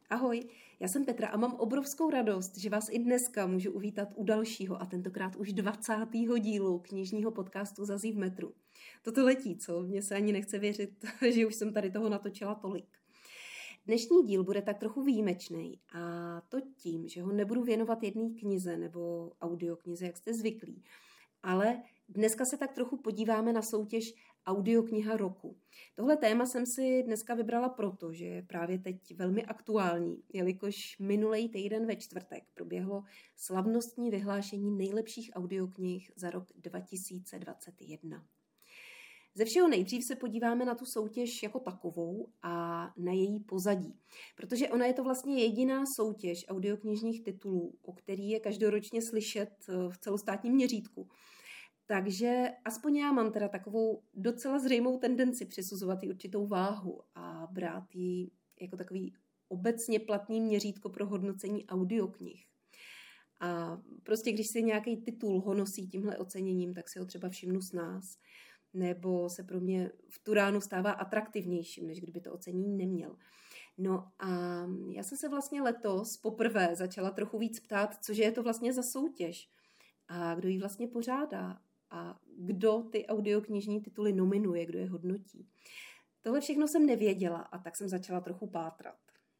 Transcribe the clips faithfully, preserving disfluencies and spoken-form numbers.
Ahoj, já jsem Petra a mám obrovskou radost, že vás i dneska můžu uvítat u dalšího a tentokrát už dvacátého dílu knižního podcastu Zazí v metru. Toto letí, co? Mně se ani nechce věřit, že už jsem tady toho natočila tolik. Dnešní díl bude tak trochu výjimečný a to tím, že ho nebudu věnovat jedné knize nebo audioknize, jak jste zvyklí, ale dneska se tak trochu podíváme na soutěž Audiokniha roku. Tohle téma jsem si dneska vybrala proto, že je právě teď velmi aktuální, jelikož minulý týden ve čtvrtek proběhlo slavnostní vyhlášení nejlepších audioknih za rok dva tisíce dvacet jedna. Ze všeho nejdřív se podíváme na tu soutěž jako takovou a na její pozadí, protože ona je to vlastně jediná soutěž audioknižních titulů, o který je každoročně slyšet v celostátním měřítku. Takže aspoň já mám teda takovou docela zřejmou tendenci přisuzovat jí určitou váhu a brát ji jako takový obecně platný měřítko pro hodnocení audioknih. A prostě když si nějaký titul honosí tímhle oceněním, tak si ho třeba všimnu s nás. Nebo se pro mě v tu ránu stává atraktivnějším, než kdyby to ocenění neměl. No a já jsem se vlastně letos poprvé začala trochu víc ptát, cože je to vlastně za soutěž a kdo ji vlastně pořádá a kdo ty audioknižní tituly nominuje, kdo je hodnotí. Tohle všechno jsem nevěděla a tak jsem začala trochu pátrat.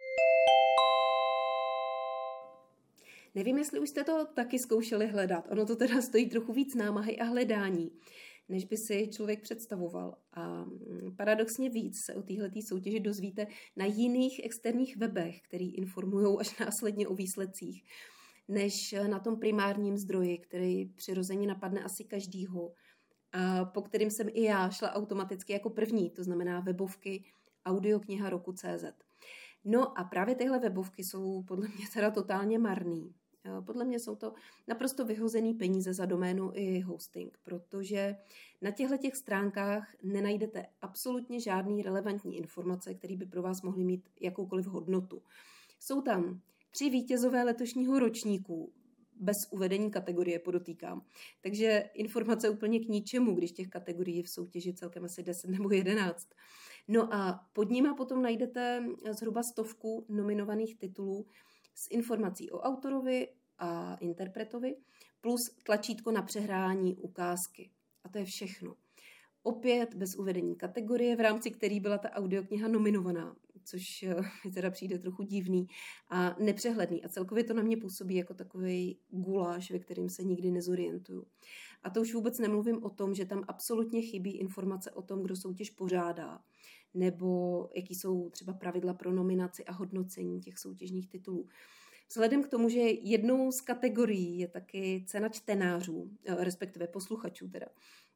Nevím, jestli už jste to taky zkoušeli hledat. Ono to teda stojí trochu víc námahy a hledání, než by si člověk představoval. A paradoxně víc se o téhletý soutěži dozvíte na jiných externích webech, který informují až následně o výsledcích, než na tom primárním zdroji, který přirozeně napadne asi každýho a po kterým jsem i já šla automaticky jako první, to znamená webovky audiokniha roku tečka cé zet. No a právě tyhle webovky jsou podle mě teda totálně marný. Podle mě jsou to naprosto vyhozený peníze za doménu i hosting, protože na těchto stránkách nenajdete absolutně žádný relevantní informace, které by pro vás mohly mít jakoukoliv hodnotu. Jsou tam tři vítězové letošního ročníku, bez uvedení kategorie, podotýkám. Takže informace úplně k ničemu, když těch kategorií v soutěži celkem asi deset nebo jedenáct. No a pod nima potom najdete zhruba stovku nominovaných titulů s informací o autorovi a interpretovi, plus tlačítko na přehrání ukázky. A to je všechno. Opět bez uvedení kategorie, v rámci který byla ta audiokniha nominovaná, což mi teda přijde trochu divný a nepřehledný. A celkově to na mě působí jako takový guláš, ve kterým se nikdy nezorientuju. A to už vůbec nemluvím o tom, že tam absolutně chybí informace o tom, kdo soutěž pořádá, nebo jaký jsou třeba pravidla pro nominaci a hodnocení těch soutěžních titulů. Vzhledem k tomu, že jednou z kategorií je taky cena čtenářů, respektive posluchačů teda,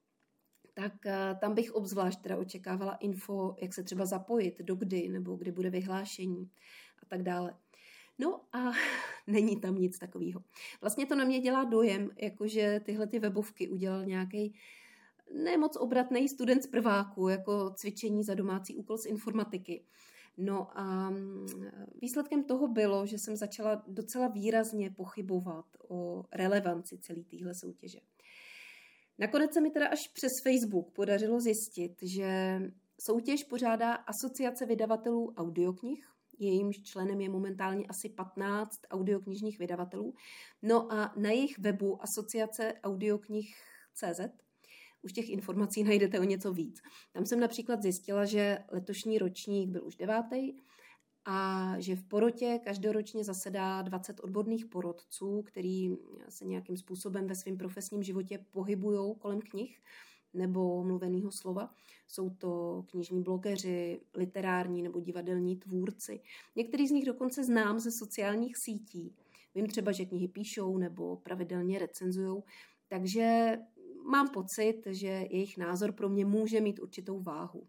tak tam bych obzvlášť teda očekávala info, jak se třeba zapojit, do kdy, nebo kdy bude vyhlášení a tak dále. No a není tam nic takového. Vlastně to na mě dělá dojem, jakože tyhle ty webovky udělal nějaký nemoc obratný student z prváku, jako cvičení za domácí úkol z informatiky. No a výsledkem toho bylo, že jsem začala docela výrazně pochybovat o relevanci celé téhle soutěže. Nakonec se mi teda až přes Facebook podařilo zjistit, že soutěž pořádá Asociace vydavatelů audioknih, jejímž členem je momentálně asi patnáct audioknižních vydavatelů. No a na jejich webu Asociace audioknih tečka cé zet už těch informací najdete o něco víc. Tam jsem například zjistila, že letošní ročník byl už devátý a že v porotě každoročně zasedá dvacet odborných porotců, který se nějakým způsobem ve svém profesním životě pohybují kolem knih nebo mluveného slova. Jsou to knižní blogeři, literární nebo divadelní tvůrci. Některý z nich dokonce znám ze sociálních sítí. Vím třeba, že knihy píšou nebo pravidelně recenzujou, takže mám pocit, že jejich názor pro mě může mít určitou váhu.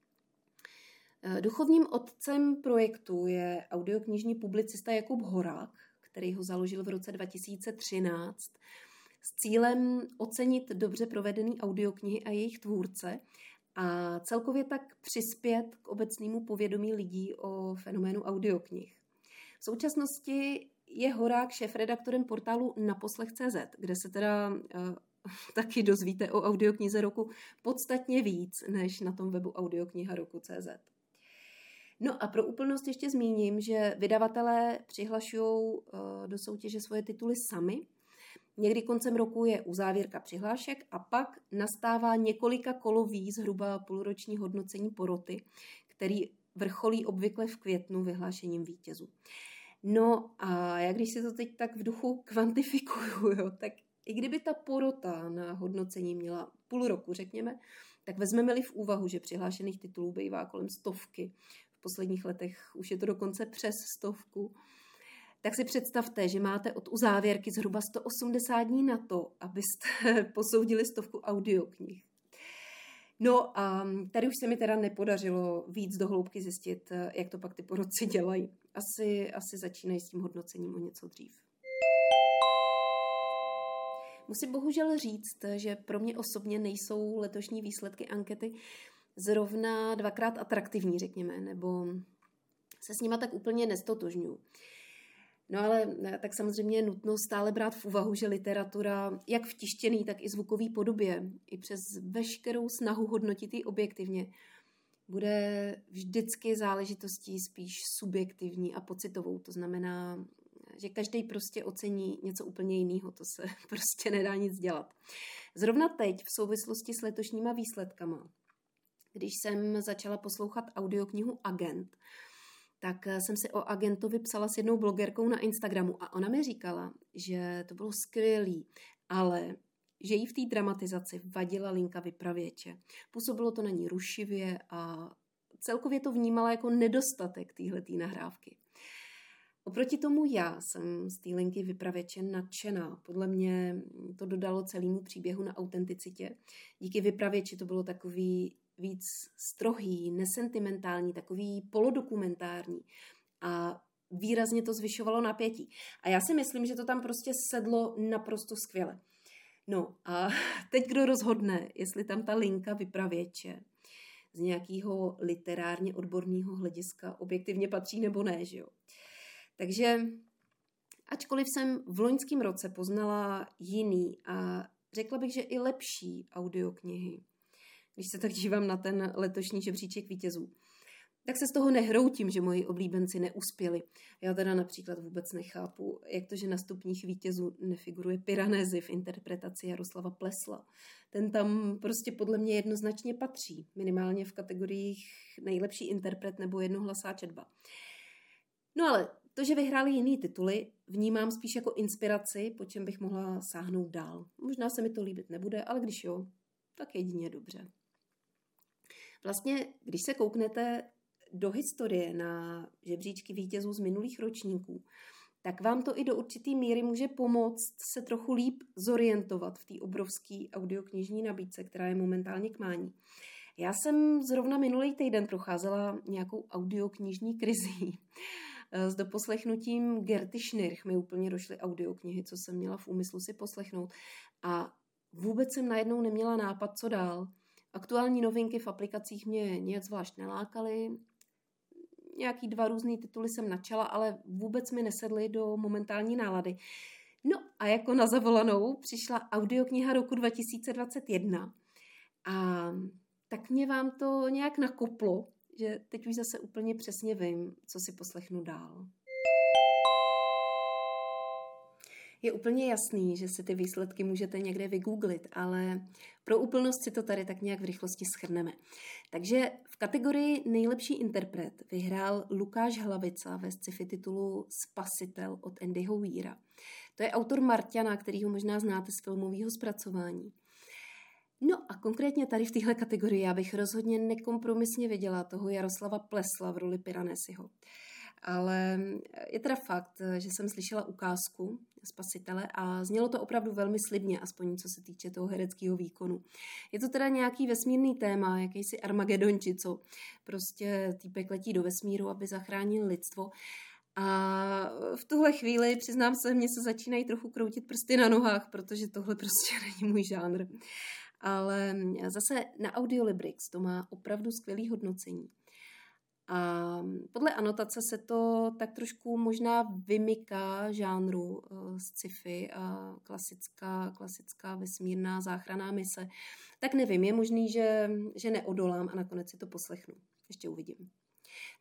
Duchovním otcem projektu je audioknižní publicista Jakub Horák, který ho založil v roce dva tisíce třináct s cílem ocenit dobře provedený audioknihy a jejich tvůrce a celkově tak přispět k obecnému povědomí lidí o fenoménu audioknih. V současnosti je Horák šéfredaktorem portálu naposlech tečka cé zet, kde se teda taky dozvíte o audioknize roku podstatně víc, než na tom webu audiokniha roku tečka cé zet. No a pro úplnost ještě zmíním, že vydavatelé přihlašují do soutěže svoje tituly sami. Někdy koncem roku je uzávěrka přihlášek a pak nastává několika kolový zhruba půlroční hodnocení poroty, který vrcholí obvykle v květnu vyhlášením vítězů. No a já když si to teď tak v duchu kvantifikuju, jo, tak i kdyby ta porota na hodnocení měla půl roku, řekněme, tak vezmeme-li v úvahu, že přihlášených titulů bývá kolem stovky, v posledních letech už je to dokonce přes stovku, tak si představte, že máte od uzávěrky zhruba sto osmdesát dní na to, abyste posoudili stovku audioknih. No a tady už se mi teda nepodařilo víc do hloubky zjistit, jak to pak ty porotci dělají. Asi, asi začínají s tím hodnocením o něco dřív. Musím bohužel říct, že pro mě osobně nejsou letošní výsledky ankety zrovna dvakrát atraktivní, řekněme, nebo se s nima tak úplně nestotožňuji. No ale tak samozřejmě je nutno stále brát v úvahu, že literatura, jak v tištěný, tak i zvukové podobě, i přes veškerou snahu hodnotit ji objektivně, bude vždycky záležitostí spíš subjektivní a pocitovou. To znamená, že každý prostě ocení něco úplně jiného, to se prostě nedá nic dělat. Zrovna teď v souvislosti s letošníma výsledkama, když jsem začala poslouchat audioknihu Agent, tak jsem si o Agentovi psala s jednou blogerkou na Instagramu a ona mi říkala, že to bylo skvělý, ale že jí v té dramatizaci vadila linka vypravěče. Působilo to na ní rušivě a celkově to vnímala jako nedostatek téhletý nahrávky. Oproti tomu já jsem z té linky vypravěče nadšená. Podle mě to dodalo celému příběhu na autenticitě. Díky vypravěči to bylo takový víc strohý, nesentimentální, takový polodokumentární a výrazně to zvyšovalo napětí. A já si myslím, že to tam prostě sedlo naprosto skvěle. No a teď kdo rozhodne, jestli tam ta linka vypravěče z nějakého literárně odborného hlediska objektivně patří nebo ne, že jo. Takže ačkoliv jsem v loňském roce poznala jiný a řekla bych, že i lepší audioknihy, když se tak dívám na ten letošní žebříček vítězů, tak se z toho nehroutím, že moji oblíbenci neuspěli. Já teda například vůbec nechápu, jak to, že na stupních vítězů nefiguruje Piranesi v interpretaci Jaroslava Plesla. Ten tam prostě podle mě jednoznačně patří, minimálně v kategoriích nejlepší interpret nebo jednohlasá četba. No ale to, že vyhráli jiný tituly, vnímám spíš jako inspiraci, po čem bych mohla sáhnout dál. Možná se mi to líbit nebude, ale když jo, tak jedině dobře. Vlastně, když se kouknete do historie na žebříčky vítězů z minulých ročníků, tak vám to i do určitý míry může pomoct se trochu líp zorientovat v té obrovské audioknižní nabídce, která je momentálně k mání. Já jsem zrovna minulý týden procházela nějakou audioknižní krizí. S doposlechnutím Gerty Schnirch mi úplně došly audioknihy, co jsem měla v úmyslu si poslechnout. A vůbec jsem najednou neměla nápad, co dál. Aktuální novinky v aplikacích mě nějak zvlášť nelákaly. Nějaký dva různý tituly jsem načala, ale vůbec mi nesedly do momentální nálady. No a jako na zavolanou přišla audiokniha roku dva tisíce dvacet jedna. A tak mě vám to nějak nakoplo, že teď už zase úplně přesně vím, co si poslechnu dál. Je úplně jasný, že si ty výsledky můžete někde vygooglit, ale pro úplnost si to tady tak nějak v rychlosti shrneme. Takže v kategorii nejlepší interpret vyhrál Lukáš Hlavica ve sci-fi titulu Spasitel od Andyho Weira. To je autor Marťana, kterýho možná znáte z filmového zpracování. No a konkrétně tady v téhle kategorii já bych rozhodně nekompromisně viděla toho Jaroslava Plesla v roli Piranesiho. Ale je teda fakt, že jsem slyšela ukázku Spasitele a znělo to opravdu velmi slibně, aspoň co se týče toho hereckého výkonu. Je to teda nějaký vesmírný téma, jakýsi Armagedon, či co. Prostě týpek letí do vesmíru, aby zachránil lidstvo. A v tuhle chvíli, přiznám se, mně se začínají trochu kroutit prsty na nohách, protože tohle prostě není můj žánr. Ale zase na Audiolibrix to má opravdu skvělý hodnocení. A podle anotace se to tak trošku možná vymyká žánru uh, sci-fi a klasická, klasická vesmírná záchranná mise. Tak nevím, je možný, že, že neodolám a nakonec si to poslechnu. Ještě uvidím.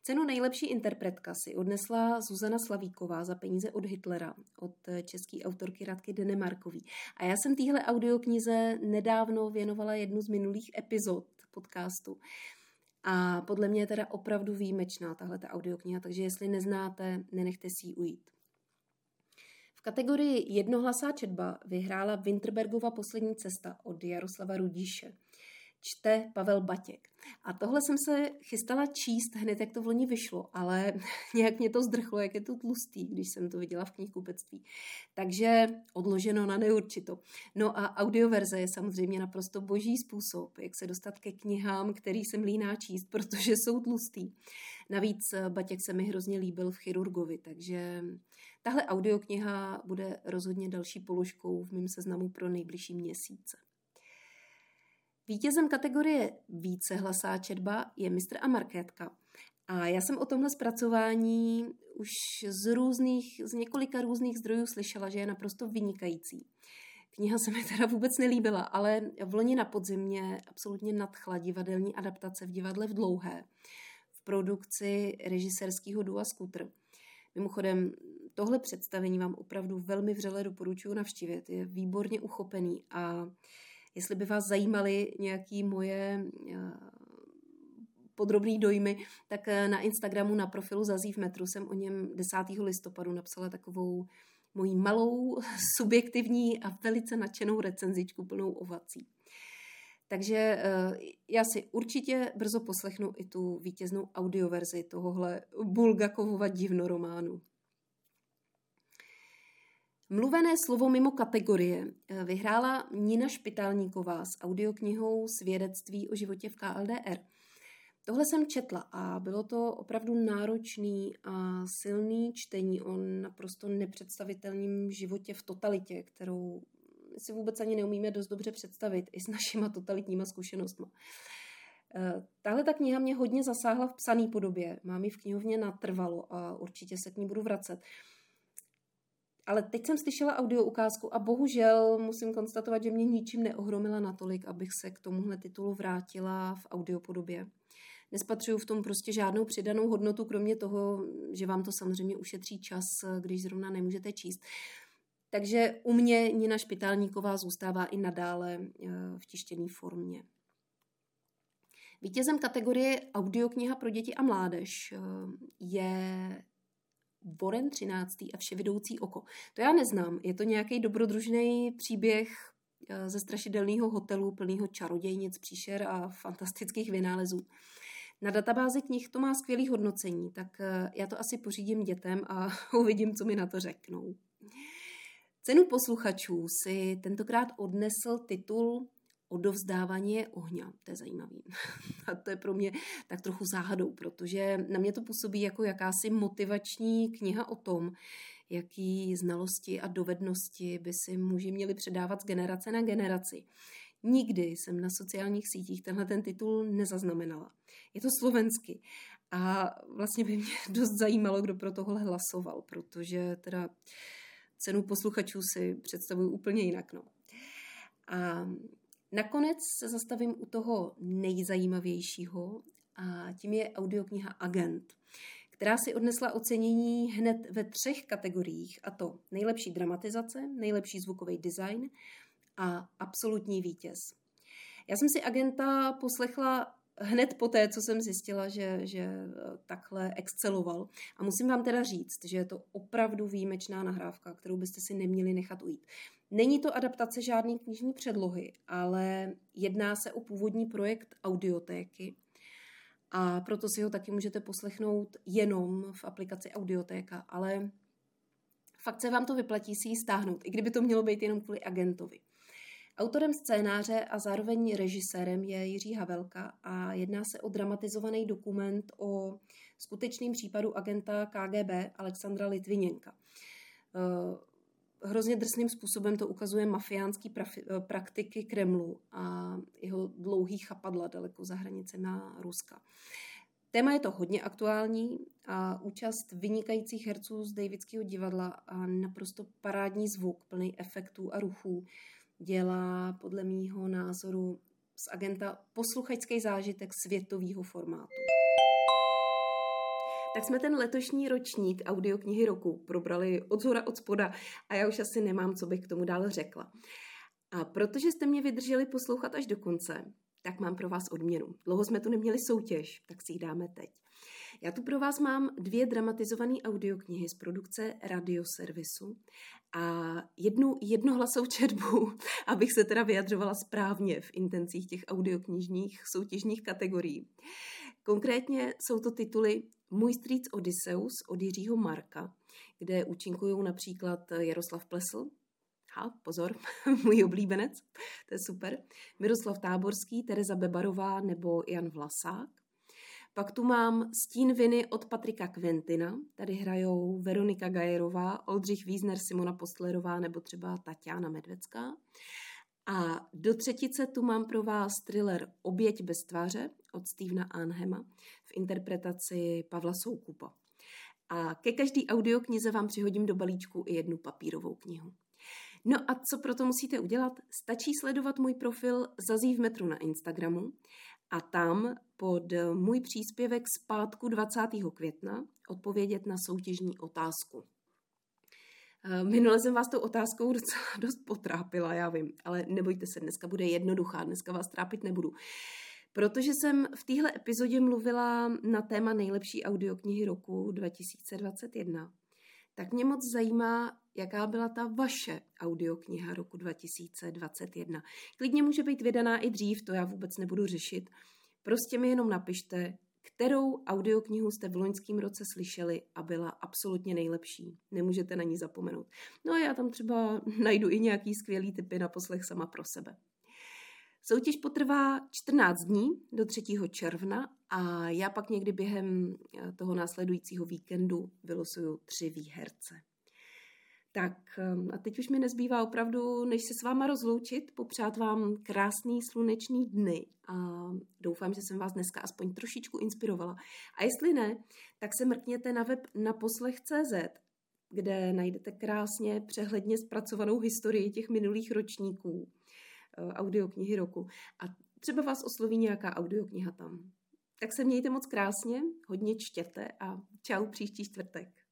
Cenu nejlepší interpretka si odnesla Zuzana Slavíková za peníze od Hitlera, od české autorky Radky Denemarkový. A já jsem téhle audioknize nedávno věnovala jednu z minulých epizod podcastu. A podle mě je teda opravdu výjimečná tahleta audiokniha, takže jestli neznáte, nenechte si ji ujít. V kategorii jednohlasá četba vyhrála Winterbergova Poslední cesta od Jaroslava Rudíše. Čte Pavel Batěk. A tohle jsem se chystala číst hned, jak to v loni vyšlo, ale nějak mě to zdrchlo, jak je to tlustý, když jsem to viděla v knihkupectví. Takže odloženo na neurčito. No a audioverze je samozřejmě naprosto boží způsob, jak se dostat ke knihám, který se mlíná číst, protože jsou tlustý. Navíc Batěk se mi hrozně líbil v Chirurgovi, takže tahle audiokniha bude rozhodně další položkou v mém seznamu pro nejbližší měsíce. Vítězem kategorie vícehlasá četba je Mistr a Markétka. A já jsem o tomhle zpracování už z různých, z několika různých zdrojů slyšela, že je naprosto vynikající. Kniha se mi teda vůbec nelíbila, ale v loni na podzim mě absolutně nadchla divadelní adaptace v divadle v Dlouhé v produkci režisérského dua Skútr. Mimochodem, tohle představení vám opravdu velmi vřele doporučuji navštívit. Je výborně uchopený a jestli by vás zajímaly nějaké moje podrobné dojmy, tak na Instagramu na profilu Zazí v metru jsem o něm desátého listopadu napsala takovou moji malou, subjektivní a velice nadšenou recenzičku plnou ovací. Takže já si určitě brzo poslechnu i tu vítěznou audioverzi tohohle Bulgakovova divnorománu. Mluvené slovo mimo kategorie vyhrála Nina Špitálníková s audioknihou Svědectví o životě v K L D R. Tohle jsem četla a bylo to opravdu náročný a silný čtení o naprosto nepředstavitelném životě v totalitě, kterou si vůbec ani neumíme dost dobře představit i s našima totalitníma zkušenostmi. Tahle ta kniha mě hodně zasáhla v psané podobě. Mám ji v knihovně natrvalo a určitě se k ní budu vracet. Ale teď jsem slyšela audio ukázku a bohužel musím konstatovat, že mě ničím neohromila natolik, abych se k tomuhle titulu vrátila v audiopodobě. Nespatřuju v tom prostě žádnou přidanou hodnotu, kromě toho, že vám to samozřejmě ušetří čas, když zrovna nemůžete číst. Takže u mě Nina Špitálníková zůstává i nadále v tištěné formě. Vítězem kategorie audiokniha pro děti a mládež je Boren třináctý a Vševidoucí oko. To já neznám. Je to nějaký dobrodružný příběh ze strašidelného hotelu plného čarodějnic, příšer a fantastických vynálezů. Na databázi knih to má skvělé hodnocení, tak já to asi pořídím dětem a uvidím, co mi na to řeknou. Cenu posluchačů si tentokrát odnesl titul Odovzdávání je ohňa. To je zajímavý. A to je pro mě tak trochu záhadou, protože na mě to působí jako jakási motivační kniha o tom, jaký znalosti a dovednosti by si muži měli předávat z generace na generaci. Nikdy jsem na sociálních sítích tenhle ten titul nezaznamenala. Je to slovensky. A vlastně by mě dost zajímalo, kdo pro tohle hlasoval, protože teda cenu posluchačů si představuju úplně jinak. No. A nakonec se zastavím u toho nejzajímavějšího a tím je audiokniha Agent, která si odnesla ocenění hned ve třech kategoriích, a to nejlepší dramatizace, nejlepší zvukový design a absolutní vítěz. Já jsem si Agenta poslechla hned poté, co jsem zjistila, že, že takhle exceloval. A musím vám teda říct, že je to opravdu výjimečná nahrávka, kterou byste si neměli nechat ujít. Není to adaptace žádné knižní předlohy, ale jedná se o původní projekt audiotéky a proto si ho taky můžete poslechnout jenom v aplikaci Audiotéka, ale fakt se vám to vyplatí si ji stáhnout, i kdyby to mělo být jenom kvůli Agentovi. Autorem scénáře a zároveň režisérem je Jiří Havelka a jedná se o dramatizovaný dokument o skutečném případu agenta K G B Alexandra Litviněnka. Hrozně drsným způsobem to ukazuje mafiánský praktiky Kremlu a jeho dlouhý chapadla daleko za hranicemi Ruska. Téma je to hodně aktuální a účast vynikajících herců z Davidského divadla a naprosto parádní zvuk plný efektů a ruchů dělá podle mýho názoru z Agenta posluchačský zážitek světového formátu. Tak jsme ten letošní ročník audioknihy roku probrali od zhora od spoda a já už asi nemám, co bych k tomu dál řekla. A protože jste mě vydrželi poslouchat až do konce, tak mám pro vás odměnu. Dlouho jsme tu neměli soutěž, tak si ji dáme teď. Já tu pro vás mám dvě dramatizované audioknihy z produkce Radioservisu a jednu jednohlasou četbu, abych se teda vyjadřovala správně v intencích těch audioknižních soutěžních kategorií. Konkrétně jsou to tituly Můj strýc Odysseus od Jiřího Marka, kde účinkují například Jaroslav Plesl, ha, pozor, můj oblíbenec, to je super, Miroslav Táborský, Tereza Bebarová nebo Jan Vlasák. Pak tu mám Stín viny od Patrika Kventina, tady hrajou Veronika Gajerová, Oldřich Wiesner, Simona Postlerová nebo třeba Tatiana Medvecká. A do třetice tu mám pro vás thriller Oběť bez tváře od Stevena Anhema v interpretaci Pavla Soukupa. A ke každý audioknize vám přihodím do balíčku i jednu papírovou knihu. No a co pro to musíte udělat? Stačí sledovat můj profil Zazí v metru na Instagramu a tam pod můj příspěvek z pátku dvacátého května odpovědět na soutěžní otázku. Minule jsem vás tou otázkou docela dost potrápila, já vím, ale nebojte se, dneska bude jednoduchá, dneska vás trápit nebudu. Protože jsem v téhle epizodě mluvila na téma nejlepší audioknihy roku dva tisíce dvacet jedna, tak mě moc zajímá, jaká byla ta vaše audiokniha roku dva tisíce dvacet jedna. Klidně může být vydaná i dřív, to já vůbec nebudu řešit. Prostě mi jenom napište, kterou audioknihu jste v loňském roce slyšeli a byla absolutně nejlepší. Nemůžete na ní zapomenout. No a já tam třeba najdu i nějaký skvělý tipy na poslech sama pro sebe. Soutěž potrvá čtrnáct dní do třetího června a já pak někdy během toho následujícího víkendu vylosuju tři výherce. Tak a teď už mi nezbývá opravdu, než se s váma rozloučit, popřát vám krásný slunečný dny a doufám, že jsem vás dneska aspoň trošičku inspirovala. A jestli ne, tak se mrkněte na web naposlech tečka cé zet, kde najdete krásně přehledně zpracovanou historii těch minulých ročníků audioknihy roku a třeba vás osloví nějaká audiokniha tam. Tak se mějte moc krásně, hodně čtěte a čau příští čtvrtek.